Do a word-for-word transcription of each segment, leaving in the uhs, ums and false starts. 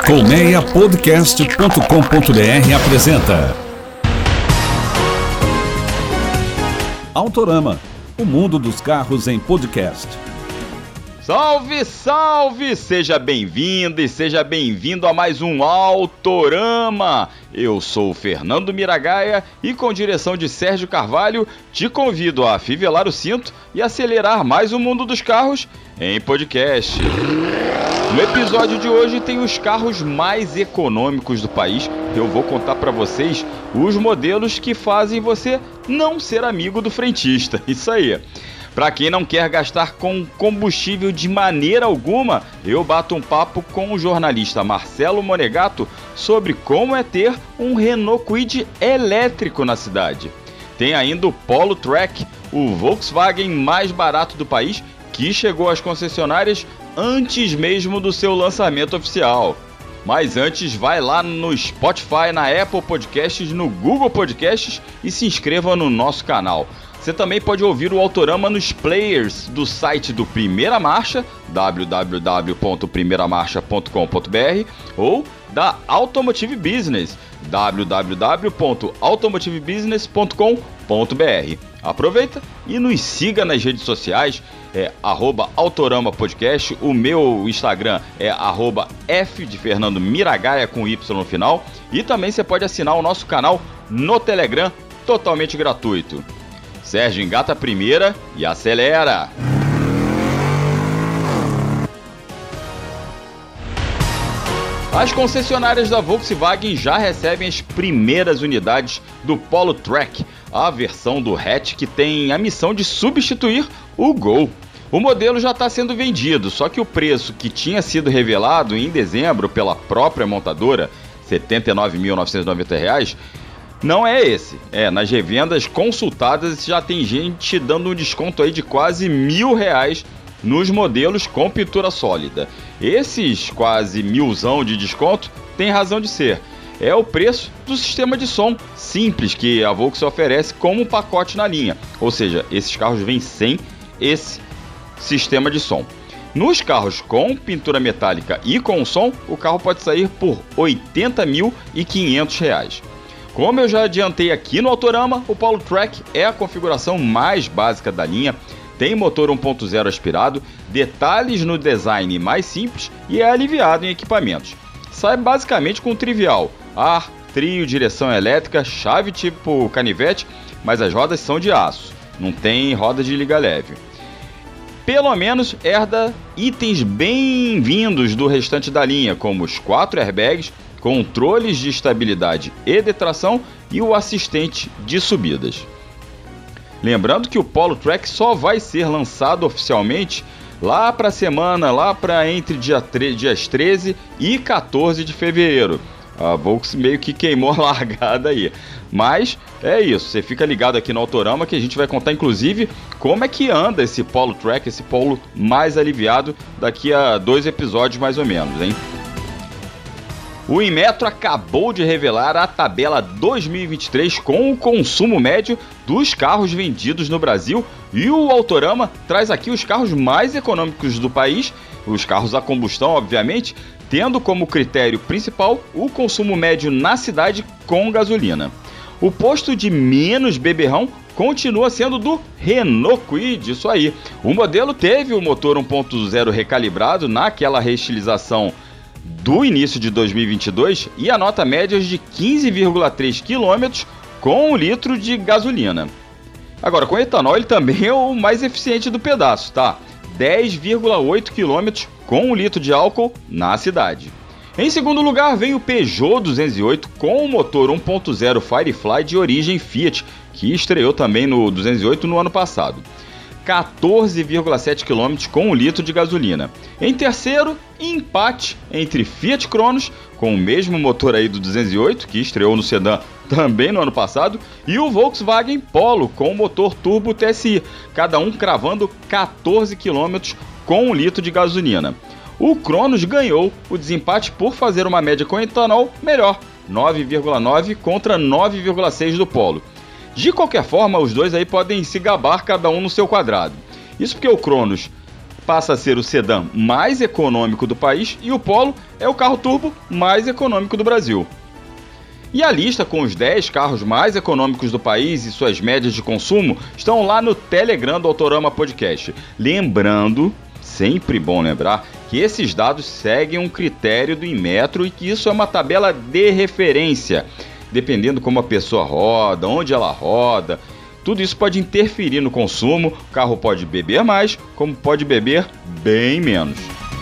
Colmeia Podcast ponto com ponto br apresenta Autorama, o mundo dos carros em podcast. Salve, salve! Seja bem-vindo e seja bem-vindo a mais um Autorama. Eu sou o Fernando Miragaia e, com direção de Sérgio Carvalho, te convido a afivelar o cinto e acelerar mais o mundo dos carros em podcast. No episódio de hoje tem os carros mais econômicos do país. Eu vou contar para vocês os modelos que fazem você não ser amigo do frentista. Isso aí. Para quem não quer gastar com combustível de maneira alguma, eu bato um papo com o jornalista Marcelo Monegato sobre como é ter um Renault Kwid elétrico na cidade. Tem ainda o Polo Track, o Volkswagen mais barato do país, que chegou às concessionárias antes mesmo do seu lançamento oficial. Mas antes, vai lá no Spotify, na Apple Podcasts, no Google Podcasts e se inscreva no nosso canal. Você também pode ouvir o Autorama nos players do site do Primeira Marcha, w w w ponto primeira marcha ponto com ponto br, ou da Automotive Business, w w w ponto automotive business ponto com ponto br. Aproveita e nos siga nas redes sociais, é arroba Autorama Podcast, o meu Instagram é arroba F de Fernando Miragaia com Y no final, e também você pode assinar o nosso canal no Telegram, totalmente gratuito. Sérgio, engata a primeira e acelera! As concessionárias da Volkswagen já recebem as primeiras unidades do Polo Track, a versão do hatch que tem a missão de substituir o Gol. O modelo já está sendo vendido, só que o preço que tinha sido revelado em dezembro pela própria montadora, setenta e nove mil novecentos e noventa reais, não é esse. É, nas revendas consultadas já tem gente dando um desconto aí de quase mil reais nos modelos com pintura sólida. Esses quase milzão de desconto tem razão de ser. É o preço do sistema de som simples que a Volkswagen oferece como um pacote na linha. Ou seja, esses carros vêm sem esse sistema de som. Nos carros com pintura metálica e com som, o carro pode sair por oitenta mil e quinhentos reais. Como eu já adiantei aqui no Autorama, o Polo Track é a configuração mais básica da linha, tem motor um ponto zero aspirado, detalhes no design mais simples e é aliviado em equipamentos. Sai basicamente com trivial, ar, trio, direção elétrica, chave tipo canivete, mas as rodas são de aço, não tem roda de liga leve. Pelo menos herda itens bem-vindos do restante da linha, como os quatro airbags, controles de estabilidade e de tração e o assistente de subidas. Lembrando que o Polo Track só vai ser lançado oficialmente lá para a semana, lá para entre dia tre- dias treze e quatorze de fevereiro. A Volkswagen meio que queimou a largada aí. Mas é isso, você fica ligado aqui no Autorama que a gente vai contar inclusive como é que anda esse Polo Track, esse Polo mais aliviado daqui a dois episódios mais ou menos, hein? O Inmetro acabou de revelar a tabela dois mil e vinte e três com o consumo médio dos carros vendidos no Brasil e o Autorama traz aqui os carros mais econômicos do país, os carros a combustão, obviamente, tendo como critério principal o consumo médio na cidade com gasolina. O posto de menos beberrão continua sendo do Renault Kwid, isso aí. O modelo teve o motor um ponto zero recalibrado naquela reestilização do início de dois mil e vinte e dois e a nota média de quinze vírgula três quilômetros com um litro de gasolina. Agora, com etanol ele também é o mais eficiente do pedaço, tá? dez vírgula oito quilômetros com um litro de álcool na cidade. Em segundo lugar vem o Peugeot duzentos e oito com o motor um ponto zero Firefly de origem Fiat, que estreou também no duzentos e oito no ano passado. quatorze vírgula sete quilômetros com um litro de gasolina. Em terceiro, empate entre Fiat Cronos, com o mesmo motor aí do duzentos e oito, que estreou no sedã também no ano passado, e o Volkswagen Polo, com o motor turbo T S I, cada um cravando quatorze quilômetros com um litro de gasolina. O Cronos ganhou o desempate por fazer uma média com etanol melhor, nove vírgula nove contra nove vírgula seis do Polo. De qualquer forma, os dois aí podem se gabar cada um no seu quadrado. Isso porque o Cronos passa a ser o sedã mais econômico do país e o Polo é o carro turbo mais econômico do Brasil. E a lista com os dez carros mais econômicos do país e suas médias de consumo estão lá no Telegram do Autorama Podcast. Lembrando, sempre bom lembrar, que esses dados seguem um critério do Inmetro e que isso é uma tabela de referência. Dependendo como a pessoa roda, onde ela roda, tudo isso pode interferir no consumo. O carro pode beber mais, como pode beber bem menos.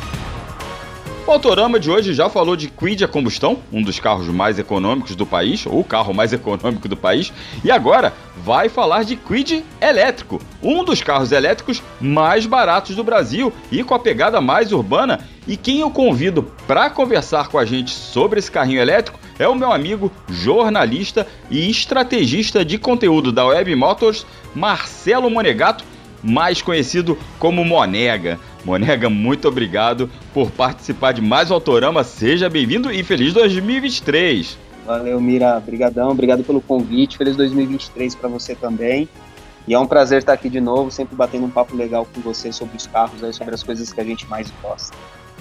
O Autorama de hoje já falou de Kwid a combustão, um dos carros mais econômicos do país, ou o carro mais econômico do país, e agora vai falar de Kwid elétrico, um dos carros elétricos mais baratos do Brasil e com a pegada mais urbana. E quem eu convido para conversar com a gente sobre esse carrinho elétrico é o meu amigo jornalista e estrategista de conteúdo da Web Motors, Marcelo Monegato, mais conhecido como Monega. Monega, muito obrigado por participar de mais um Autorama. Seja bem-vindo e feliz dois mil e vinte e três. Valeu, Mira. Obrigadão. Obrigado pelo convite. Feliz dois mil e vinte e três para você também. E é um prazer estar aqui de novo, sempre batendo um papo legal com você sobre os carros, aí, sobre as coisas que a gente mais gosta.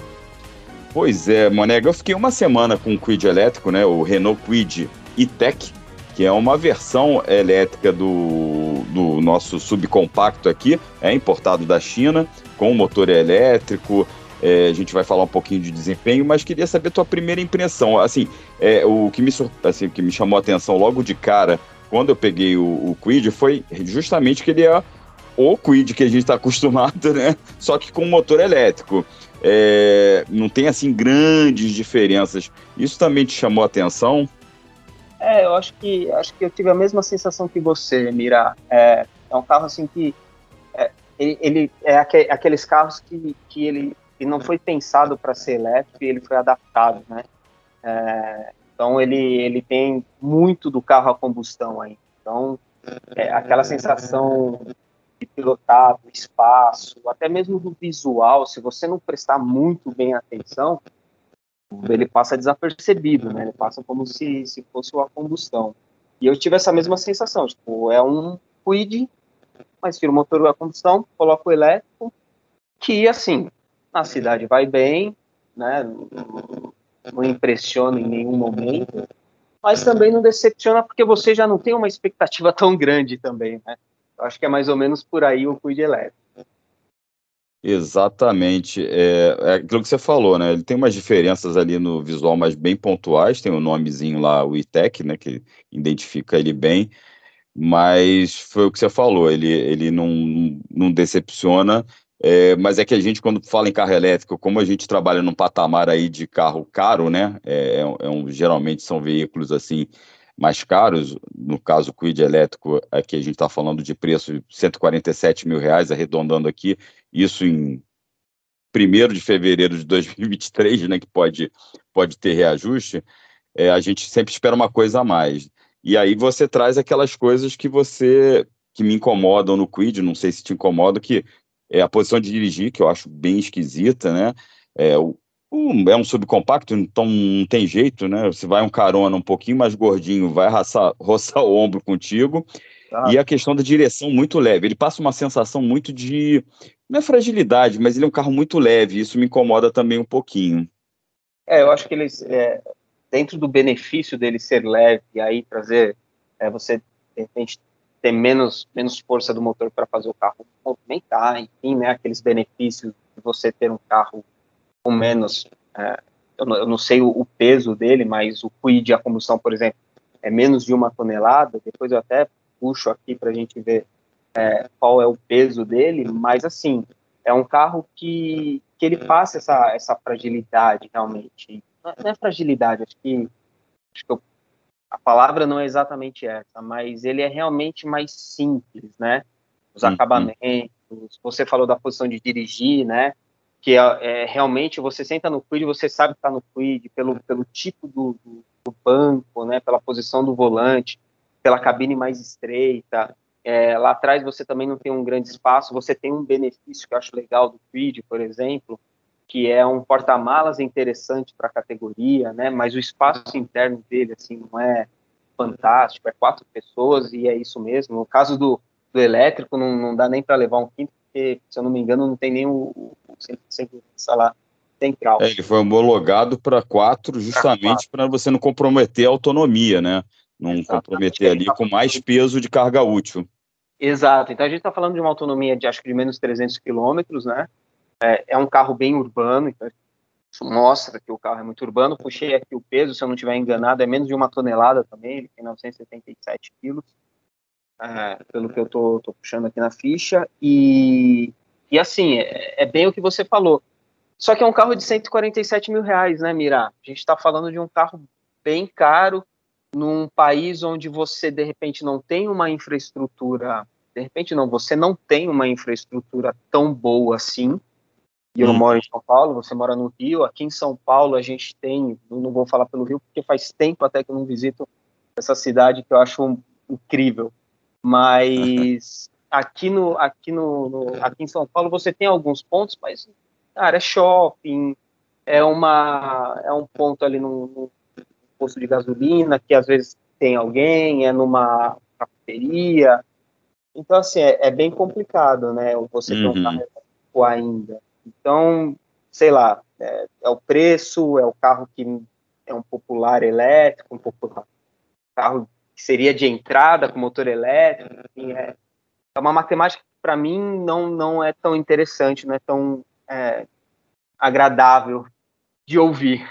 Pois é, Monega, eu fiquei uma semana com o Kwid elétrico, né? O Renault Kwid E-Tech, que é uma versão elétrica do, do nosso subcompacto aqui, é importado da China, com motor elétrico. É, a gente vai falar um pouquinho de desempenho, mas queria saber a tua primeira impressão. Assim, é, o que me, assim, que me chamou a atenção logo de cara, quando eu peguei o, o Kwid, foi justamente que ele é o Kwid que a gente está acostumado, né? Só que com motor elétrico. É, não tem, assim, grandes diferenças. Isso também te chamou a atenção? É, eu acho que, acho que eu tive a mesma sensação que você, Mira. É, é um carro, assim, que... É, ele, ele é aqu- aqueles carros que, que ele, ele não foi pensado para ser elétrico e ele foi adaptado, né? É, então, ele, ele tem muito do carro a combustão aí. Então, é, aquela sensação de pilotar, do espaço, até mesmo do visual, se você não prestar muito bem atenção, ele passa desapercebido, né? Ele passa como se, se fosse uma combustão. E eu tive essa mesma sensação, tipo, é um Kwid, mas tira o motor a combustão, coloca o elétrico, que, assim, na cidade vai bem, né? Não, não impressiona em nenhum momento, mas também não decepciona porque você já não tem uma expectativa tão grande também, né? Eu acho que é mais ou menos por aí o Kwid elétrico. Exatamente, é, é aquilo que você falou, né? Ele tem umas diferenças ali no visual, mas bem pontuais. Tem o nomezinho lá, o E-Tech, né? Que identifica ele bem, mas foi o que você falou, ele, ele não, não decepciona. É, mas é que a gente, quando fala em carro elétrico, como a gente trabalha num patamar aí de carro caro, né? É, é um, é um- geralmente são veículos assim mais caros. No caso, o Kwid elétrico, aqui a gente está falando de preço de cento e quarenta e sete mil reais, arredondando aqui, isso em primeiro de fevereiro de dois mil e vinte e três, né? Que pode, pode ter reajuste. É, a gente sempre espera uma coisa a mais. E aí você traz aquelas coisas que você que me incomodam no Kwid, não sei se te incomoda, que é a posição de dirigir, que eu acho bem esquisita, né? É, o, o- é um subcompacto, então não tem jeito, né? Você vai um carona um pouquinho mais gordinho, vai raçar, roçar o ombro contigo, e Tá? a questão da direção muito leve. Ele passa uma sensação muito de, não é fragilidade, mas ele é um carro muito leve, isso me incomoda também um pouquinho. É, eu acho que eles, é, dentro do benefício dele ser leve e aí trazer, é, você, de repente, ter menos, menos força do motor para fazer o carro movimentar, enfim, né, aqueles benefícios de você ter um carro com menos, é, eu, não, eu não sei o, o peso dele, mas o Kwid, a combustão, por exemplo, é menos de uma tonelada, depois eu até puxo aqui para a gente ver qual é o peso dele, mas assim, é um carro que, que ele passa essa, essa fragilidade realmente. Não é, não é fragilidade, acho que, acho que eu, a palavra não é exatamente essa, mas ele é realmente mais simples, né? Os Uhum. acabamentos, você falou da posição de dirigir, né? Que é, é realmente você senta no Kwid, você sabe que está no Kwid pelo, pelo tipo do, do, do banco, né? Pela posição do volante, pela cabine mais estreita. É, lá atrás você também não tem um grande espaço, você tem um benefício que eu acho legal do Kwid, por exemplo, que é um porta-malas interessante para a categoria, né? Mas o espaço interno dele assim não é fantástico, é quatro pessoas e é isso mesmo. No caso do, do elétrico, não, não dá nem para levar um quinto, porque, se eu não me engano, não tem nem o, o centro de segurança lá central. É, ele foi homologado para quatro justamente para você não comprometer a autonomia, né? Não Exatamente. comprometer ali com mais peso de carga útil. Exato. Então a gente está falando de uma autonomia de acho que de menos trezentos quilômetros, né? É, é um carro bem urbano, então isso mostra que o carro é muito urbano. Puxei aqui o peso, se eu não estiver enganado, é menos de uma tonelada também, ele tem novecentos e setenta e sete quilos, é, pelo que eu tô, tô puxando aqui na ficha. E, e assim, é, é bem o que você falou. Só que é um carro de cento e quarenta e sete mil reais, né, Mira? A gente está falando de um carro bem caro, num país onde você, de repente, não tem uma infraestrutura, de repente não, você não tem uma infraestrutura tão boa assim, e eu Hum. moro em São Paulo, você mora no Rio, aqui em São Paulo a gente tem, eu não vou falar pelo Rio, porque faz tempo até que eu não visito essa cidade que eu acho um, incrível, mas aqui, no, aqui, no, no, aqui em São Paulo você tem alguns pontos, mas, cara, é shopping, é, uma, é um ponto ali no, no posto de gasolina, que às vezes tem alguém, é numa cafeteria. Então, assim, é, é bem complicado, né? Você ter um Uhum. carro elétrico ainda. Então, sei lá, é, é o preço, é o carro que é um popular elétrico, um popular carro que seria de entrada com motor elétrico. Enfim, é, é uma matemática que, para mim, não, não é tão interessante, não é tão é, agradável de ouvir.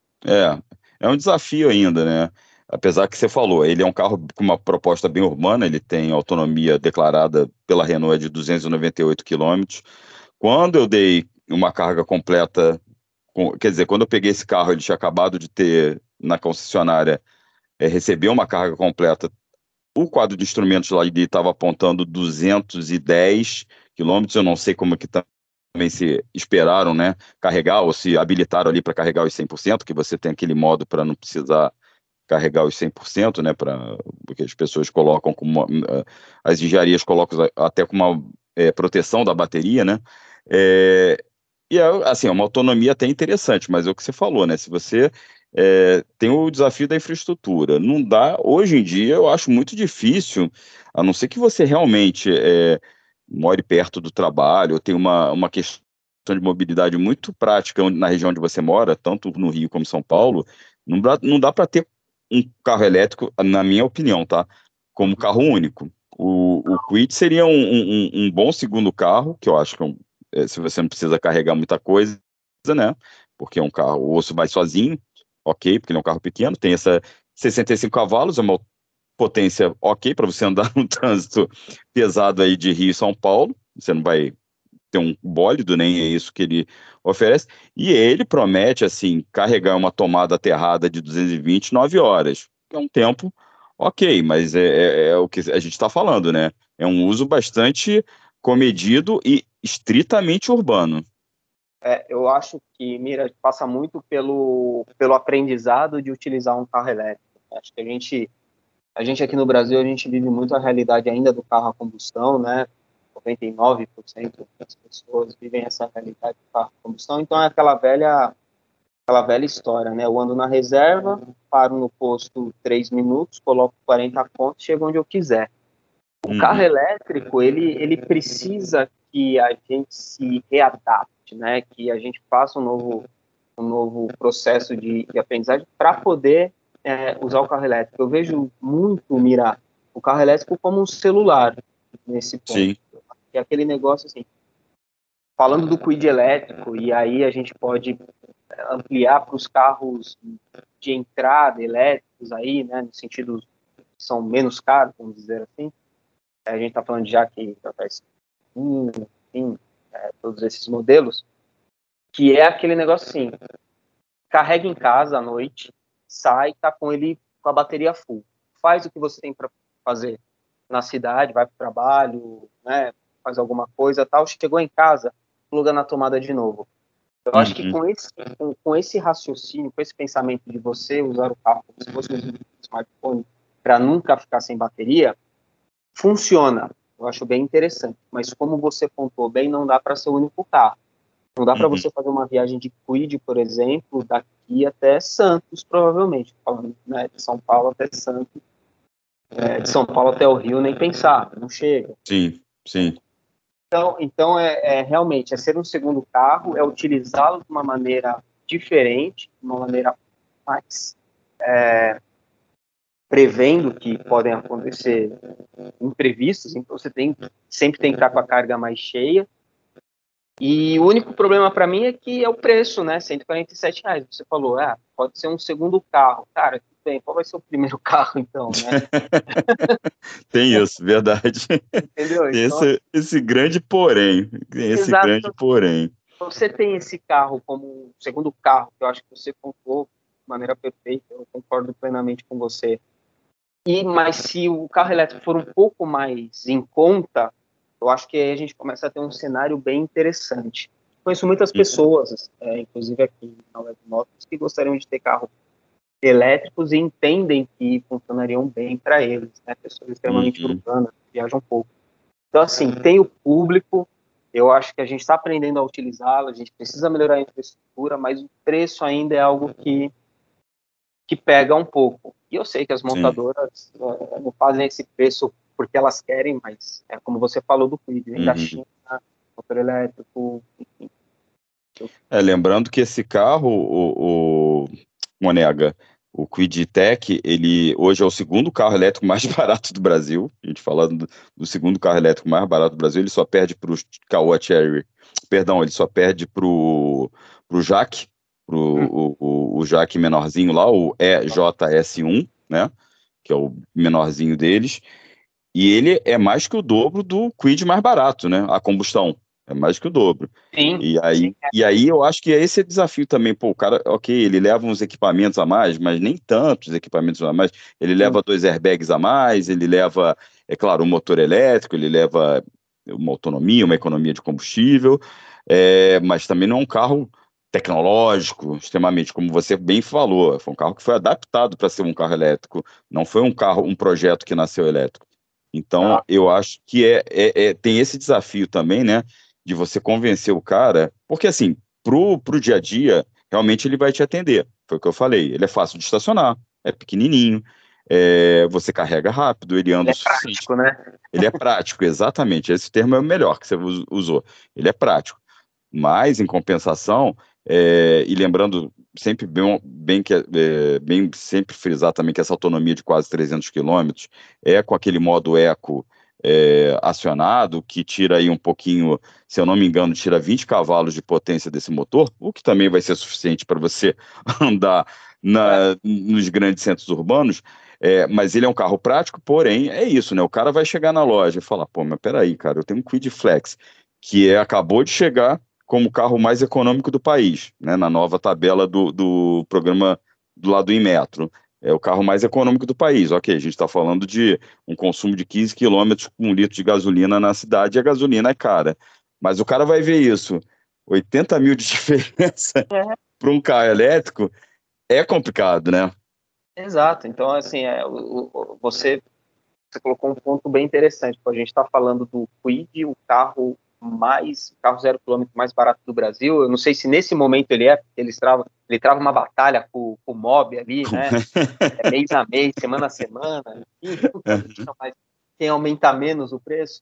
É, é um desafio ainda, né? Apesar que você falou, ele é um carro com uma proposta bem urbana, ele tem autonomia declarada pela Renault de duzentos e noventa e oito quilômetros. Quando eu dei uma carga completa, com- quer dizer, quando eu peguei esse carro, ele tinha acabado de ter na concessionária, é, recebeu uma carga completa. O quadro de instrumentos lá estava apontando duzentos e dez quilômetros. Eu não sei como é que tá, também se esperaram, né, carregar ou se habilitaram ali para carregar os cem por cento, que você tem aquele modo para não precisar carregar os cem por cento, né, para porque as pessoas colocam como uma, as engenharias colocam até com uma é, proteção da bateria, né? É, e é, assim, é uma autonomia até interessante, mas é o que você falou, né? Se você é, tem o desafio da infraestrutura, não dá, hoje em dia eu acho muito difícil, a não ser que você realmente é, more perto do trabalho, ou tenha uma, uma questão de mobilidade muito prática onde- na região onde você mora, tanto no Rio como em São Paulo, não dá, não dá para ter um carro elétrico, na minha opinião, tá? Como carro único. O, o Kwid seria um, um, um bom segundo carro, que eu acho que é um, é, se você não precisa carregar muita coisa, né? Porque é um carro, o osso vai sozinho, ok, porque ele é um carro pequeno, tem essa sessenta e cinco cavalos, é uma potência ok para você andar no trânsito pesado aí de Rio e São Paulo, você não vai ter um bólido, nem é isso que ele oferece, e ele promete, assim, carregar uma tomada aterrada de duzentos e vinte, nove horas, que é um tempo ok, mas é, é, é o que a gente está falando, né? É um uso bastante comedido e estritamente urbano. É, eu acho que, Mira, passa muito pelo, pelo aprendizado de utilizar um carro elétrico. Acho que a gente, a gente aqui no Brasil, a gente vive muito a realidade ainda do carro a combustão, né? noventa e nove por cento das pessoas vivem essa realidade do carro a combustão. Então, é aquela velha, aquela velha história, né? Eu ando na reserva, paro no posto três minutos, coloco quarenta pontos, chego onde eu quiser. O carro Uhum. elétrico, ele, ele precisa que a gente se readapte, né? Que a gente faça um novo, um novo processo de, de aprendizagem para poder é, usar o carro elétrico. Eu vejo muito, Mira, o carro elétrico como um celular nesse ponto. Sim. É aquele negócio assim, falando do Kwid elétrico, e aí a gente pode ampliar para os carros de entrada elétricos aí, né? No sentido que são menos caros, vamos dizer assim. A gente está falando já que hum, enfim, é, todos esses modelos, que é aquele negócio assim, carrega em casa à noite, sai, tá com ele com a bateria full, faz o que você tem para fazer na cidade, vai para o trabalho, né, faz alguma coisa, tal, chegou em casa, pluga na tomada de novo. Eu acho que Uhum. com esse, com, com esse raciocínio, com esse pensamento de você usar o carro como se fosse um smartphone para nunca ficar sem bateria, funciona. Eu acho bem interessante. Mas como você pontuou bem, não dá para ser o único carro. Não dá para Uhum. você fazer uma viagem de Kwid, por exemplo, daqui até Santos, provavelmente. Falando, né, de São Paulo até Santos. É, de São Paulo até o Rio, nem pensar. Não chega. Sim, sim. Então, então é, é realmente, é ser um segundo carro, é utilizá-lo de uma maneira diferente, de uma maneira mais é, prevendo que podem acontecer imprevistos, então você tem, sempre tem que estar com a carga mais cheia. E o único problema para mim é que é o preço, né? cento e quarenta e sete reais. Você falou, ah, pode ser um segundo carro. Cara, tudo bem, qual vai ser o primeiro carro, então, né? Tem isso, verdade. Entendeu? Tem Então, esse, esse grande porém. Tem esse exato. grande porém. Você tem esse carro como um segundo carro, que eu acho que você pontuou de maneira perfeita, eu concordo plenamente com você. E, mas se o carro elétrico for um pouco mais em conta, eu acho que aí a gente começa a ter um cenário bem interessante. Conheço muitas pessoas, é, inclusive aqui na Web Motors, que gostariam de ter carros elétricos e entendem que funcionariam bem para eles, né? Pessoas extremamente Uhum. urbanas, viajam pouco. Então, assim, tem o público, eu acho que a gente está aprendendo a utilizá-lo, a gente precisa melhorar a infraestrutura, mas o preço ainda é algo que, que pega um pouco. E eu sei que as Sim. montadoras uh, não fazem esse preço porque elas querem, mas é como você falou do Kwid, vem da Uhum. China, motor elétrico, enfim. É, lembrando que esse carro, o, o Monega, o Kwid Tech, ele hoje é o segundo carro elétrico mais barato do Brasil. A gente falando do, do segundo carro elétrico mais barato do Brasil, ele só perde para o Caoa Cherry. Perdão, ele só perde para o Jaque, pro, Hum. o, o, o Jaque menorzinho lá, o E J S um, né? Que é o menorzinho deles. E ele é mais que o dobro do Kwid mais barato, né? A combustão. É mais que o dobro. Sim, E aí, sim. e aí eu acho que esse é o desafio também. Pô, o cara, ok, ele leva uns equipamentos a mais, mas nem tantos equipamentos a mais. Ele Sim. leva dois airbags a mais, ele leva, é claro, um motor elétrico, ele leva uma autonomia, uma economia de combustível, é, mas também não é um carro tecnológico, extremamente, como você bem falou. Foi um carro que foi adaptado para ser um carro elétrico, não foi um carro, um projeto que nasceu elétrico. Então, Tá. eu acho que é, é, é- tem esse desafio também, né, de você convencer o cara, porque assim, pro, pro dia a dia, realmente ele vai te atender. Foi o que eu falei, ele é fácil de estacionar, é pequenininho, é, você carrega rápido, ele Ele anda o é suficiente. prático, né? Ele é prático, exatamente, esse termo é o melhor que você us- usou. Ele é prático. Mas, em compensação, é, e lembrando sempre bem, bem que é, bem sempre frisar também que essa autonomia de quase trezentos quilômetros é com aquele modo eco é, acionado, que tira aí um pouquinho, se eu não me engano, tira vinte cavalos de potência desse motor, o que também vai ser suficiente para você andar É, na, nos grandes centros urbanos. É, mas ele é um carro prático, porém, é isso, né? O cara vai chegar na loja e falar, pô, mas peraí, cara, eu tenho um Kwid Flex, que é, acabou de chegar como o carro mais econômico do país, né, na nova tabela do, do programa do lado do Inmetro. É o carro mais econômico do país. Ok, a gente está falando de um consumo de quinze quilômetros com um litro de gasolina na cidade, e a gasolina é cara. Mas o cara vai ver isso, oitenta mil de diferença para um carro elétrico, é complicado, né? exato. Então, assim, é, o, o- você, você colocou um ponto bem interessante. Pô, a gente está falando do Kwid, o carro mais, o carro zero quilômetro mais barato do Brasil. Eu não sei se nesse momento ele é, porque ele trava, ele trava uma batalha com, com o Mob ali, né? É mês a mês, semana a semana, enfim, mas quem aumentar menos o preço.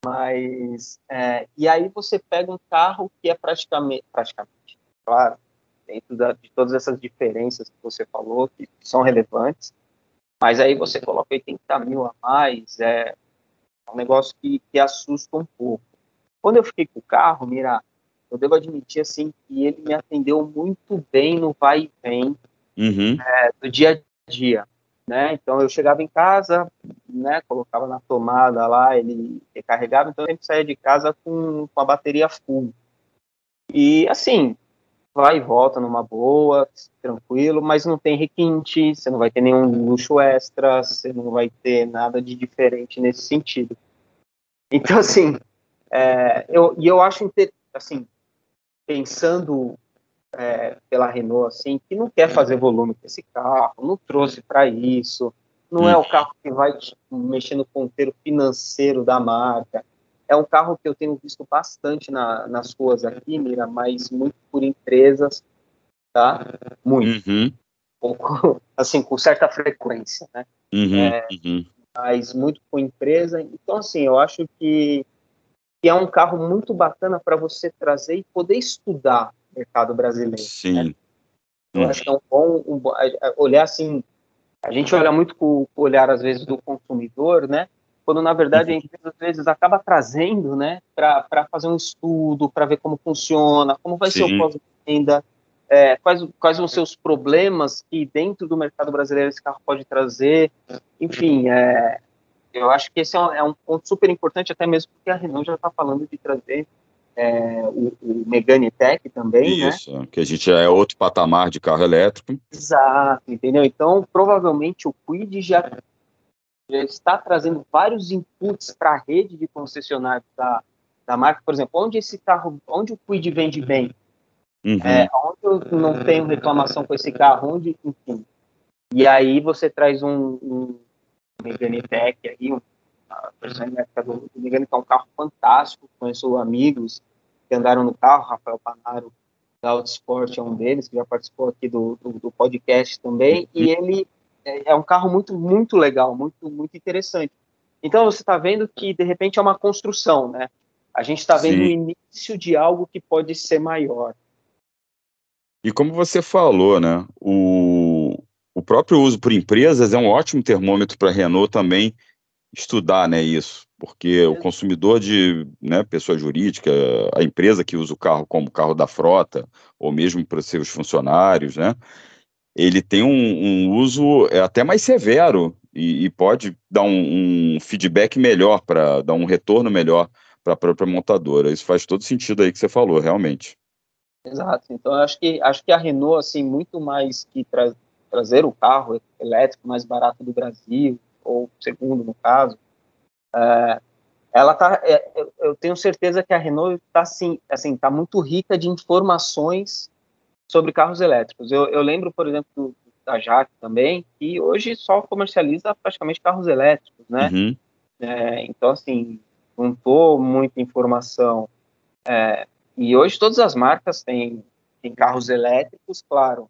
Mas, é, e aí você pega um carro que é praticamente, praticamente, claro, dentro da, de todas essas diferenças que você falou, que são relevantes, mas aí você coloca oitenta mil a mais, é um negócio que, que assusta um pouco. Quando eu fiquei com o carro, Mira, eu devo admitir, assim, que ele me atendeu muito bem no vai e vem Uhum. é, do dia a dia, né? Então eu chegava em casa, né, colocava na tomada lá, ele recarregava, então eu sempre saía de casa com, com a bateria full. E assim, vai e volta numa boa, tranquilo, mas não tem requinte, você não vai ter nenhum luxo extra, você não vai ter nada de diferente nesse sentido. Então, assim, é, eu, e eu acho, inter- assim, pensando é, pela Renault, assim, que não quer fazer volume com esse carro, não trouxe para isso, não é Uhum. o carro que vai mexer no ponteiro financeiro da marca. É um carro que eu tenho visto bastante na, nas ruas aqui, Mira, mas muito por empresas, tá? Muito. Uhum. Pouco, assim, com certa frequência, né? Uhum. Uhum. Mas muito com empresa. Então, assim, eu acho que que é um carro muito bacana para você trazer e poder estudar o mercado brasileiro. Sim. Né? Eu hum. acho que é um bom, um bom olhar assim, a gente olha muito com o olhar, às vezes, do consumidor, né? Quando, na verdade, a empresa, às vezes, acaba trazendo, né, para fazer um estudo, para ver como funciona, como vai Sim. ser o pós-venda, é, quais, quais vão ser os problemas que dentro do mercado brasileiro esse carro pode trazer. Enfim, é, eu acho que esse é um, é um ponto super importante, até mesmo porque a Renault já está falando de trazer é, o, o Megane Tech também, Isso, né? que a gente já é outro patamar de carro elétrico. Exato, entendeu? Então, provavelmente o Kwid já, já está trazendo vários inputs para a rede de concessionários da, da marca. Por exemplo, onde esse carro, onde o Kwid vende bem, uhum. é, onde eu não tenho reclamação com esse carro, onde, enfim. E aí você traz um, um Megane Tech aí, um, a versão elétrica do, do Megane, que é um carro fantástico. Conheço amigos que andaram no carro, Rafael Panaro da Autosport é um deles, que já participou aqui do, do, do podcast também, e ele é, é um carro muito, muito legal, muito, muito interessante. Então você está vendo que, de repente, é uma construção, né? A gente está vendo o início de algo que pode ser maior. E como você falou, né, o, o próprio uso por empresas é um ótimo termômetro para a Renault também estudar, né, isso, porque o consumidor de, né, pessoa jurídica, a empresa que usa o carro como carro da frota, ou mesmo para seus funcionários, né, ele tem um, um uso até mais severo e, e pode dar um, um feedback melhor, para dar um retorno melhor para a própria montadora. Isso faz todo sentido aí que você falou, realmente. Exato. Então, eu acho que, acho que a Renault, assim, muito mais que tra trazer o carro elétrico mais barato do Brasil, ou segundo, no caso, é, ela tá, é, eu, eu tenho certeza que a Renault está assim, assim, tá muito rica de informações sobre carros elétricos. Eu, eu lembro, por exemplo, do, da Jaque também, que hoje só comercializa praticamente carros elétricos, né? Uhum. É, então, assim, juntou muita informação. É, e hoje todas as marcas têm, têm carros elétricos, claro,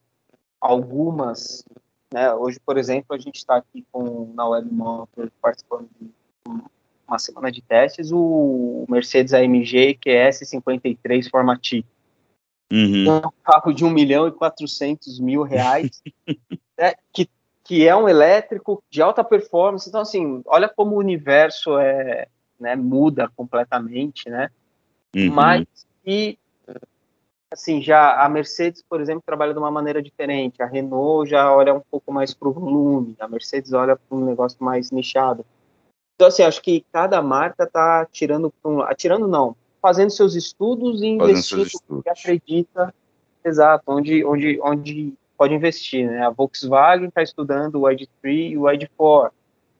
algumas, né? Hoje, por exemplo, a gente está aqui com, na Webmotor participando de uma semana de testes, o Mercedes A M G Q S cinquenta e três Forma-T. Uhum. Um carro de um milhão e quatrocentos mil reais, né, que, que é um elétrico de alta performance. Então, assim, olha como o universo é, né, muda completamente, né? Uhum. Mas, e, assim, já a Mercedes, por exemplo, trabalha de uma maneira diferente. A Renault já olha um pouco mais para o volume, a Mercedes olha para um negócio mais nichado. Então, assim, acho que cada marca está tirando, um, atirando não, fazendo seus estudos e investindo no que acredita, exato, onde, onde, onde pode investir, né? A Volkswagen está estudando o I D três e o I D quatro,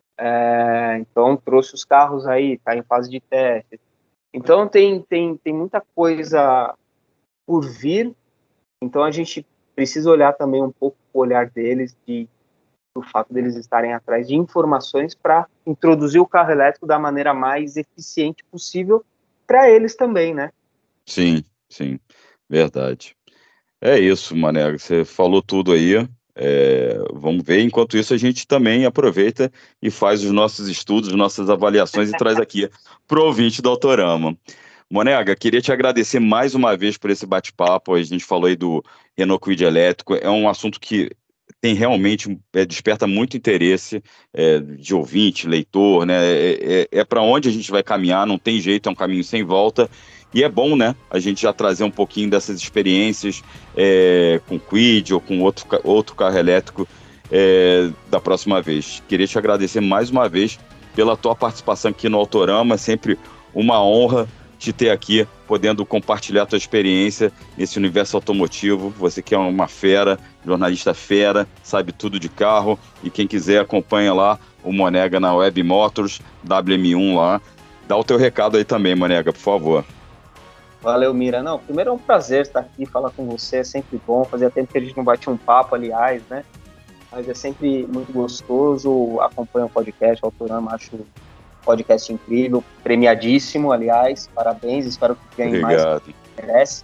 é, então trouxe os carros aí, está em fase de teste. Então tem, tem, tem muita coisa por vir, então a gente precisa olhar também um pouco o olhar deles, de, do fato deles estarem atrás de informações para introduzir o carro elétrico da maneira mais eficiente possível para eles também, né? Sim, sim, verdade. É isso, Mané, você falou tudo aí, é, vamos ver, enquanto isso a gente também aproveita e faz os nossos estudos, nossas avaliações e traz aqui pro ouvinte do Autorama. Monega, queria te agradecer mais uma vez por esse bate-papo, a gente falou aí do Renault Kwid elétrico, é um assunto que tem realmente, é, desperta muito interesse é, de ouvinte, leitor, né? É, é, é para onde a gente vai caminhar, não tem jeito, é um caminho sem volta. E é bom, né, a gente já trazer um pouquinho dessas experiências é, com Kwid ou com outro, outro carro elétrico é, da próxima vez. Queria te agradecer mais uma vez pela tua participação aqui no Autorama, sempre uma honra te ter aqui, podendo compartilhar a tua experiência nesse universo automotivo. Você que é uma fera, jornalista fera, sabe tudo de carro, e quem quiser acompanha lá o Monega na Web Motors, W M um lá. Dá o teu recado aí também, Monega, por favor. Valeu, Mira. Não, primeiro é um prazer estar aqui, falar com você, é sempre bom. Fazia tempo que a gente não batia um papo, aliás, né? Mas é sempre muito gostoso. Acompanho o podcast, o Autorama, acho o podcast incrível, premiadíssimo, aliás. Parabéns, espero que ganhe Obrigado. Mais que merece.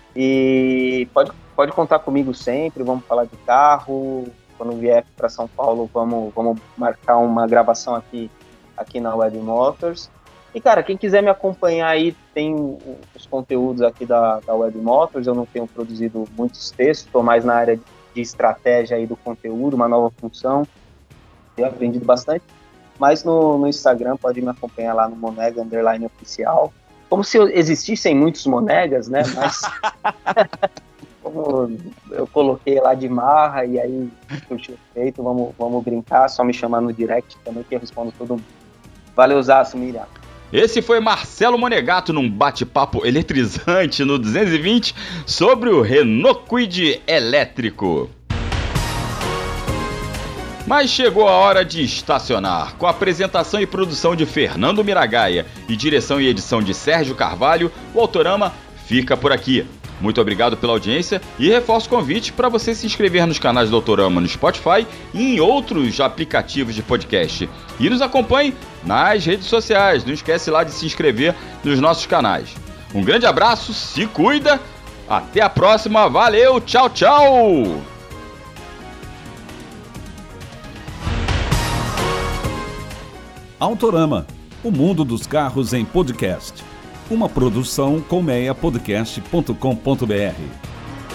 E pode, pode contar comigo sempre, vamos falar de carro. Quando vier para São Paulo, vamos, vamos marcar uma gravação aqui, aqui na Web Motors. E, cara, quem quiser me acompanhar aí, tem os conteúdos aqui da, da Web Motors. Eu não tenho produzido muitos textos, estou mais na área de estratégia aí do conteúdo, uma nova função. Tenho aprendido bastante. Mas no, no Instagram, pode me acompanhar lá no Monega Underline Oficial. Como se existissem muitos Monegas, né? Mas como eu coloquei lá de marra e aí curtiu feito, vamos, vamos brincar, só me chamar no direct também que eu respondo todo mundo. Valeu, Zaço, Miriam. Esse foi Marcelo Monegato num bate-papo eletrizante no duzentos e vinte sobre o Renault Kwid elétrico. Mas chegou a hora de estacionar. Com a apresentação e produção de Fernando Miragaia e direção e edição de Sérgio Carvalho, o Autorama fica por aqui. Muito obrigado pela audiência e reforço o convite para você se inscrever nos canais do Autorama no Spotify e em outros aplicativos de podcast. E nos acompanhe nas redes sociais. Não esquece lá de se inscrever nos nossos canais. Um grande abraço, se cuida, até a próxima, valeu, tchau, tchau! Autorama, o mundo dos carros em podcast. Uma produção colmeia podcast ponto com ponto br.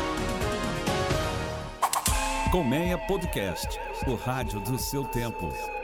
Colmeia Podcast, o rádio do seu tempo.